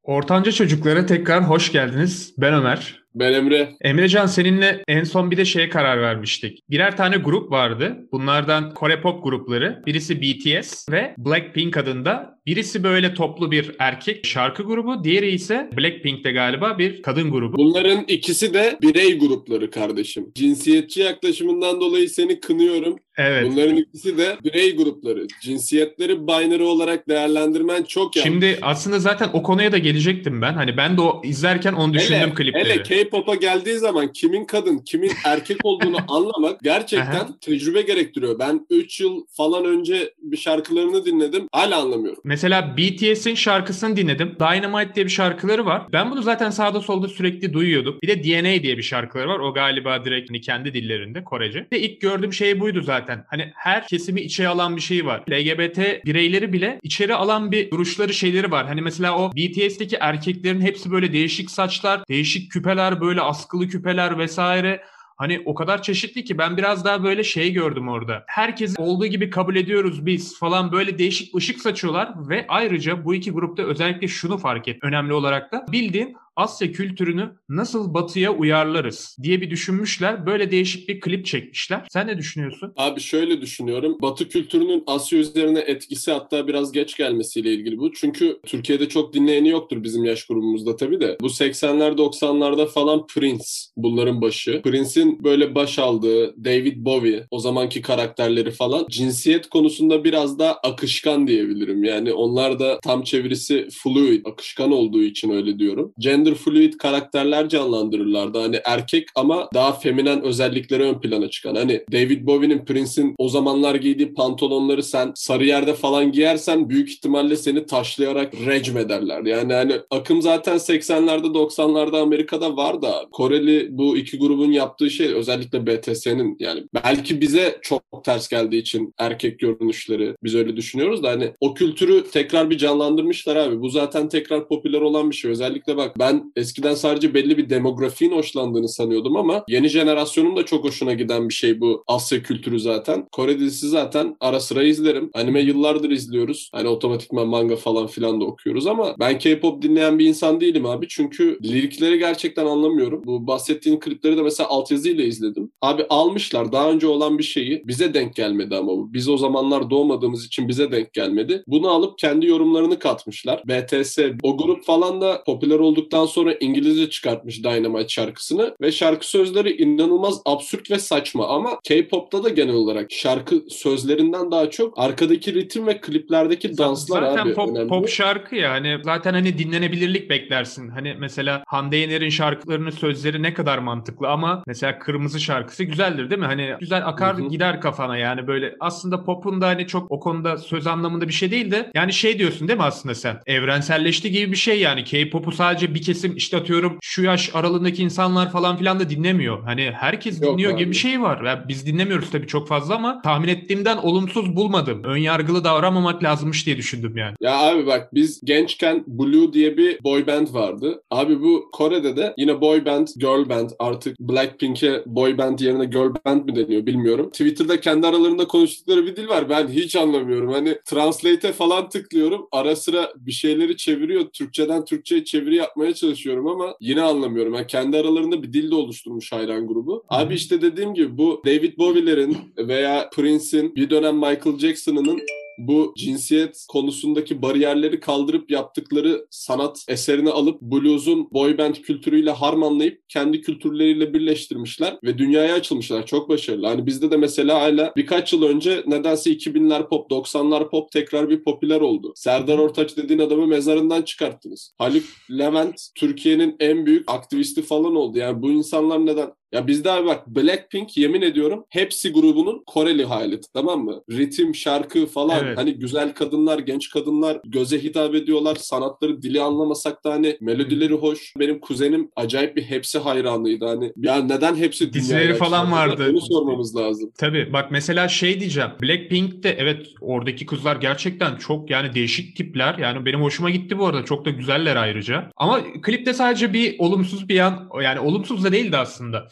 Ortanca çocuklara tekrar hoş geldiniz. Ben Ömer. Ben Emre. Emrecan seninle en son bir de şeye karar vermiştik. Birer tane grup vardı. Bunlardan Kore pop grupları. Birisi BTS ve Blackpink adında. Birisi böyle toplu bir erkek şarkı grubu. Diğeri ise Blackpink'te galiba bir kadın grubu. Bunların ikisi de birey grupları kardeşim. Cinsiyetçi yaklaşımından dolayı seni kınıyorum. Evet. Bunların ikisi de birey grupları. Cinsiyetleri binary olarak değerlendirmen çok Şimdi yanlış. aslında zaten o konuya da gelecektim ben. Hani ben de o izlerken onu düşündüm Hele klipleri. K-pop'a geldiği zaman kimin kadın, kimin erkek olduğunu anlamak Aha. gerçekten tecrübe gerektiriyor. Ben 3 yıl falan önce bir şarkılarını dinledim. Hala anlamıyorum. Mesela BTS'in şarkısını dinledim. Dynamite diye bir şarkıları var. Ben bunu zaten sağda solda sürekli duyuyordum. Bir de DNA diye bir şarkıları var. O galiba direkt hani kendi dillerinde Korece. Bir de ilk gördüğüm şey buydu zaten. Hani her kesimi içeri alan bir şey var. LGBT bireyleri bile içeri alan bir duruşları şeyleri var. Hani mesela o BTS'teki erkeklerin hepsi böyle değişik saçlar, değişik küpeler, böyle askılı küpeler vesaire. Hani o kadar çeşitli ki ben biraz daha böyle şey gördüm orada. Herkes olduğu gibi kabul ediyoruz biz falan, böyle değişik ışık saçıyorlar ve ayrıca bu iki grupta özellikle şunu fark et önemli olarak da bildiğin Asya kültürünü nasıl batıya uyarlarız diye bir düşünmüşler. Böyle değişik bir klip çekmişler. Sen ne düşünüyorsun? Abi şöyle düşünüyorum. Batı kültürünün Asya üzerine etkisi hatta biraz geç gelmesiyle ilgili bu. Çünkü Türkiye'de çok dinleyeni yoktur bizim yaş grubumuzda tabii de. Bu 80'ler 90'larda falan Prince bunların başı. Prince'in böyle baş aldığı David Bowie, o zamanki karakterleri falan cinsiyet konusunda biraz daha akışkan diyebilirim. Yani onlar da tam çevirisi fluid, akışkan olduğu için öyle diyorum. Gender fluid karakterler canlandırırlardı. Hani erkek ama daha feminen özellikleri ön plana çıkan. Hani David Bowie'nin, Prince'in o zamanlar giydiği pantolonları sen Sarıyer'de falan giyersen büyük ihtimalle seni taşlayarak recm ederler. Yani hani akım zaten 80'lerde 90'larda Amerika'da var da Koreli bu iki grubun yaptığı şey özellikle BTS'nin, yani belki bize çok ters geldiği için erkek görünüşleri biz öyle düşünüyoruz da hani o kültürü tekrar bir canlandırmışlar abi. Bu zaten tekrar popüler olan bir şey. Özellikle bak, ben eskiden sadece belli bir demografiğin hoşlandığını sanıyordum ama yeni jenerasyonun da çok hoşuna giden bir şey bu Asya kültürü zaten. Kore dizisi zaten ara sıra izlerim. Anime yıllardır izliyoruz. Hani otomatikman manga falan filan da okuyoruz ama ben K-pop dinleyen bir insan değilim abi. Çünkü lirikleri gerçekten anlamıyorum. Bu bahsettiğin klipleri de mesela altyazıyla izledim. Abi almışlar daha önce olan bir şeyi, bize denk gelmedi ama bu. Biz o zamanlar doğmadığımız için bize denk gelmedi. Bunu alıp kendi yorumlarını katmışlar. BTS o grup falan da popüler olduktan sonra İngilizce çıkartmış Dynamite şarkısını ve şarkı sözleri inanılmaz absürt ve saçma ama K-pop'ta da genel olarak şarkı sözlerinden daha çok arkadaki ritim ve kliplerdeki danslar Zaten abi pop önemli. şarkı ya, hani zaten hani dinlenebilirlik beklersin. Hani mesela Hande Yener'in şarkılarının sözleri ne kadar mantıklı ama mesela Kırmızı şarkısı güzeldir değil mi? Hani güzel Hı akar hı. gider kafana, yani böyle aslında popun da hani çok o konuda söz anlamında bir şey değil de yani şey diyorsun değil mi aslında sen? Evrenselleşti gibi bir şey yani. K-pop'u sadece bir kesim, işte atıyorum şu yaş aralığındaki insanlar falan filan da dinlemiyor. Hani herkes Yok dinliyor gibi bir abi. şey var. Ya biz dinlemiyoruz tabii çok fazla ama tahmin ettiğimden olumsuz bulmadım. Ön yargılı davranmamak lazımmış diye düşündüm yani. Ya abi bak, biz gençken Blue diye bir boy band vardı. Abi bu Kore'de de yine boy band, girl band, artık Blackpink'e boy band yerine girl band mi deniyor bilmiyorum. Twitter'da kendi aralarında konuştukları bir dil var. Ben hiç anlamıyorum. Hani translate'e falan tıklıyorum. Ara sıra bir şeyleri çeviriyor. Türkçeden Türkçe'ye çeviri yapmaya çalışıyorum ama yine anlamıyorum. Yani kendi aralarında bir dil de oluşturmuş hayran grubu. Hı Abi hı. işte dediğim gibi bu David Bowie'lerin veya Prince'in, bir dönem Michael Jackson'ın bu cinsiyet konusundaki bariyerleri kaldırıp yaptıkları sanat eserini alıp blues'un boy band kültürüyle harmanlayıp kendi kültürleriyle birleştirmişler ve dünyaya açılmışlar. Çok başarılı. Hani bizde de mesela hala birkaç yıl önce nedense 2000'ler pop, 90'lar pop tekrar bir popüler oldu. Hı Serdar hı. Ortaç dediğin adamı mezarından çıkarttınız. Haluk Levent Türkiye'nin en büyük aktivisti falan oldu. Yani bu insanlar neden? Ya bizde abi bak, Blackpink yemin ediyorum hepsi grubunun Koreli hali, tamam mı? Ritim, şarkı falan, Evet. hani güzel kadınlar, genç kadınlar göze hitap ediyorlar. Sanatları, dili anlamasak da hani Hı hı. melodileri hoş. Benim kuzenim acayip bir Hepsi hayranıydı. Hani ya neden hepsi Dizileri dünyaya falan açıldı? vardı. Onu sormamız lazım. Tabii bak mesela şey diyeceğim. Blackpink'te evet, oradaki kızlar gerçekten çok yani değişik tipler. Yani benim hoşuma gitti bu arada. Çok da güzeller ayrıca. Ama klipte sadece bir olumsuz bir yan, yani olumsuz da değildi aslında.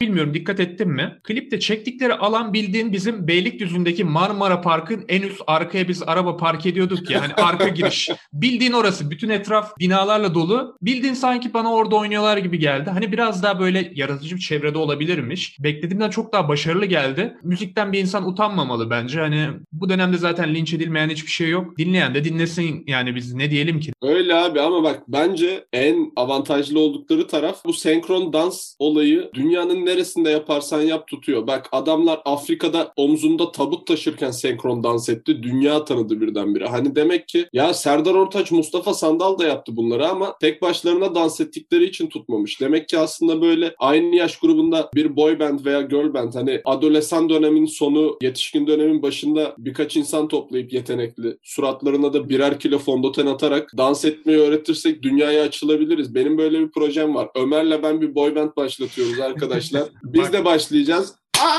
bilmiyorum, dikkat ettin mi? Klipte çektikleri alan bildiğin bizim Beylikdüzü'ndeki Marmara Park'ın en üst arkaya biz araba park ediyorduk ya. Hani arka giriş. Bildiğin orası. Bütün etraf binalarla dolu. Bildiğin sanki bana orada oynuyorlar gibi geldi. Hani biraz daha böyle yaratıcı bir çevrede olabilirmiş. Beklediğimden çok daha başarılı geldi. Müzikten bir insan utanmamalı bence. Hani bu dönemde zaten linç edilmeyen hiçbir şey yok. Dinleyen de dinlesin, yani biz ne diyelim ki? Öyle abi ama bak bence en avantajlı oldukları taraf bu senkron dans olayı dünyanın neresinde yaparsan yap tutuyor. Bak adamlar Afrika'da omzunda tabut taşırken senkron dans etti. Dünya tanıdı birdenbire. Hani demek ki ya Serdar Ortaç, Mustafa Sandal da yaptı bunları ama tek başlarına dans ettikleri için tutmamış. Demek ki aslında böyle aynı yaş grubunda bir boy band veya girl band, hani adolesan dönemin sonu, yetişkin dönemin başında birkaç insan toplayıp yetenekli, suratlarına da birer kilo fondöten atarak dans etmeyi öğretirsek dünyaya açılabiliriz. Benim böyle bir projem var. Ömer'le ben bir boy band başlatıyoruz arkadaşlar. Biz de başlayacağız.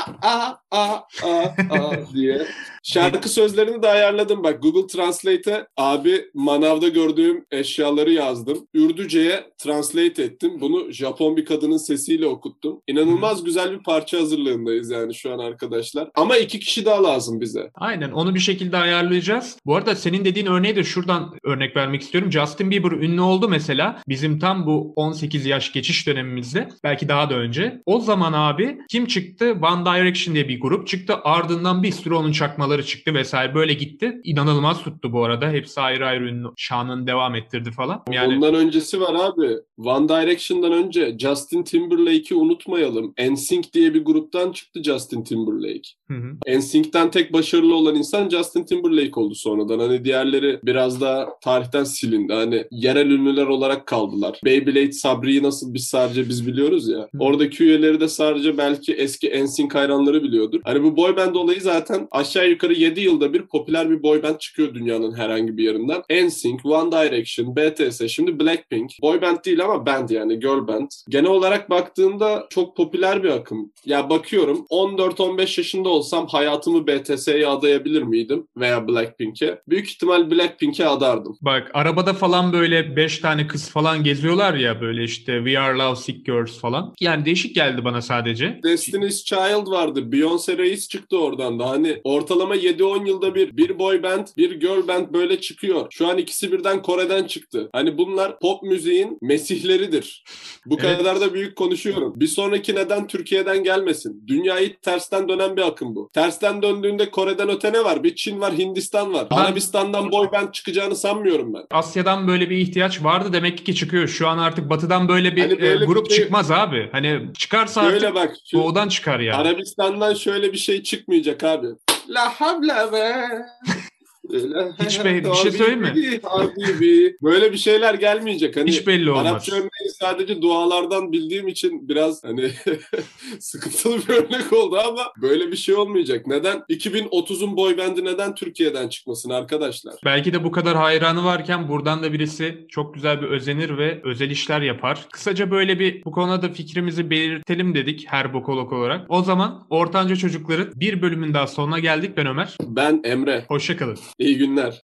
Diye. Şarkı sözlerini de ayarladım. Bak Google Translate'e abi manavda gördüğüm eşyaları yazdım. Ürdüce'ye translate ettim. Bunu Japon bir kadının sesiyle okuttum. İnanılmaz güzel bir parça hazırlığındayız yani şu an arkadaşlar. Ama 2 kişi daha lazım bize. Aynen, onu bir şekilde ayarlayacağız. Bu arada senin dediğin örneği de şuradan örnek vermek istiyorum. Justin Bieber ünlü oldu mesela. Bizim tam bu 18 yaş geçiş dönemimizde. Belki daha da önce. O zaman abi kim çıktı? One Direction diye bir grup çıktı. Ardından bir sürü onun çakmaları çıktı vesaire. Böyle gitti. İnanılmaz tuttu bu arada. Hepsi ayrı ayrı ünlü. Şanını devam ettirdi falan. Yani... Ondan öncesi var abi. One Direction'dan önce Justin Timberlake'i unutmayalım. NSYNC diye bir gruptan çıktı Justin Timberlake. NSYNC'ten tek başarılı olan insan Justin Timberlake oldu sonradan. Hani diğerleri biraz daha tarihten silindi. Hani yerel ünlüler olarak kaldılar. Beyblade Sabri'yi nasıl sadece biz biliyoruz ya. Oradaki üyeleri de sadece belki eski NSYNC hayranları biliyordur. Hani bu boy band olayı zaten aşağı yukarı 7 yılda bir popüler bir boy band çıkıyor dünyanın herhangi bir yerinden. NSYNC, One Direction, BTS, şimdi Blackpink. Boy band değil ama band, yani girl band. Genel olarak baktığında çok popüler bir akım. Ya bakıyorum 14-15 yaşında olsam hayatımı BTS'ye adayabilir miydim? Veya Blackpink'e? Büyük ihtimal Blackpink'e adardım. Bak arabada falan böyle 5 tane kız falan geziyorlar ya, böyle işte We Are Love Sick Girls falan. Yani değişik geldi bana sadece. Destiny's Child vardı. Beyoncé Reis çıktı oradan da. Hani ortalama 7-10 yılda bir boy band, bir girl band böyle çıkıyor. Şu an ikisi birden Kore'den çıktı. Hani bunlar pop müziğin mesihleridir. Bu kadar da büyük konuşuyorum. Bir sonraki neden Türkiye'den gelmesin? Dünyayı tersten dönen bir akım bu. Tersten döndüğünde Kore'den öte ne var? Bir Çin var, Hindistan var. Arabistan'dan boy band çıkacağını sanmıyorum ben. Asya'dan böyle bir ihtiyaç vardı demek ki çıkıyor. Şu an artık Batı'dan böyle bir hani böyle grup bir şey... çıkmaz abi. Hani çıkarsa şöyle artık bak, doğudan çıkar yani. Arabistan'dan şöyle bir şey çıkmayacak abi. La havle ve... Hiç bir şey söyleyeyim mi? Habibi. Böyle bir şeyler gelmeyecek. Hani hiç belli olmaz. Arapça örneği sadece dualardan bildiğim için biraz hani sıkıntılı bir örnek oldu ama böyle bir şey olmayacak. Neden? 2030'un boy bandı neden Türkiye'den çıkmasın arkadaşlar? Belki de bu kadar hayranı varken buradan da birisi çok güzel bir özenir ve özel işler yapar. Kısaca böyle bir bu konuda fikrimizi belirtelim dedik her bokolog olarak. O zaman Ortanca Çocukların bir bölümün daha sonuna geldik. Ben Ömer. Ben Emre. Hoşça kalın. İyi günler.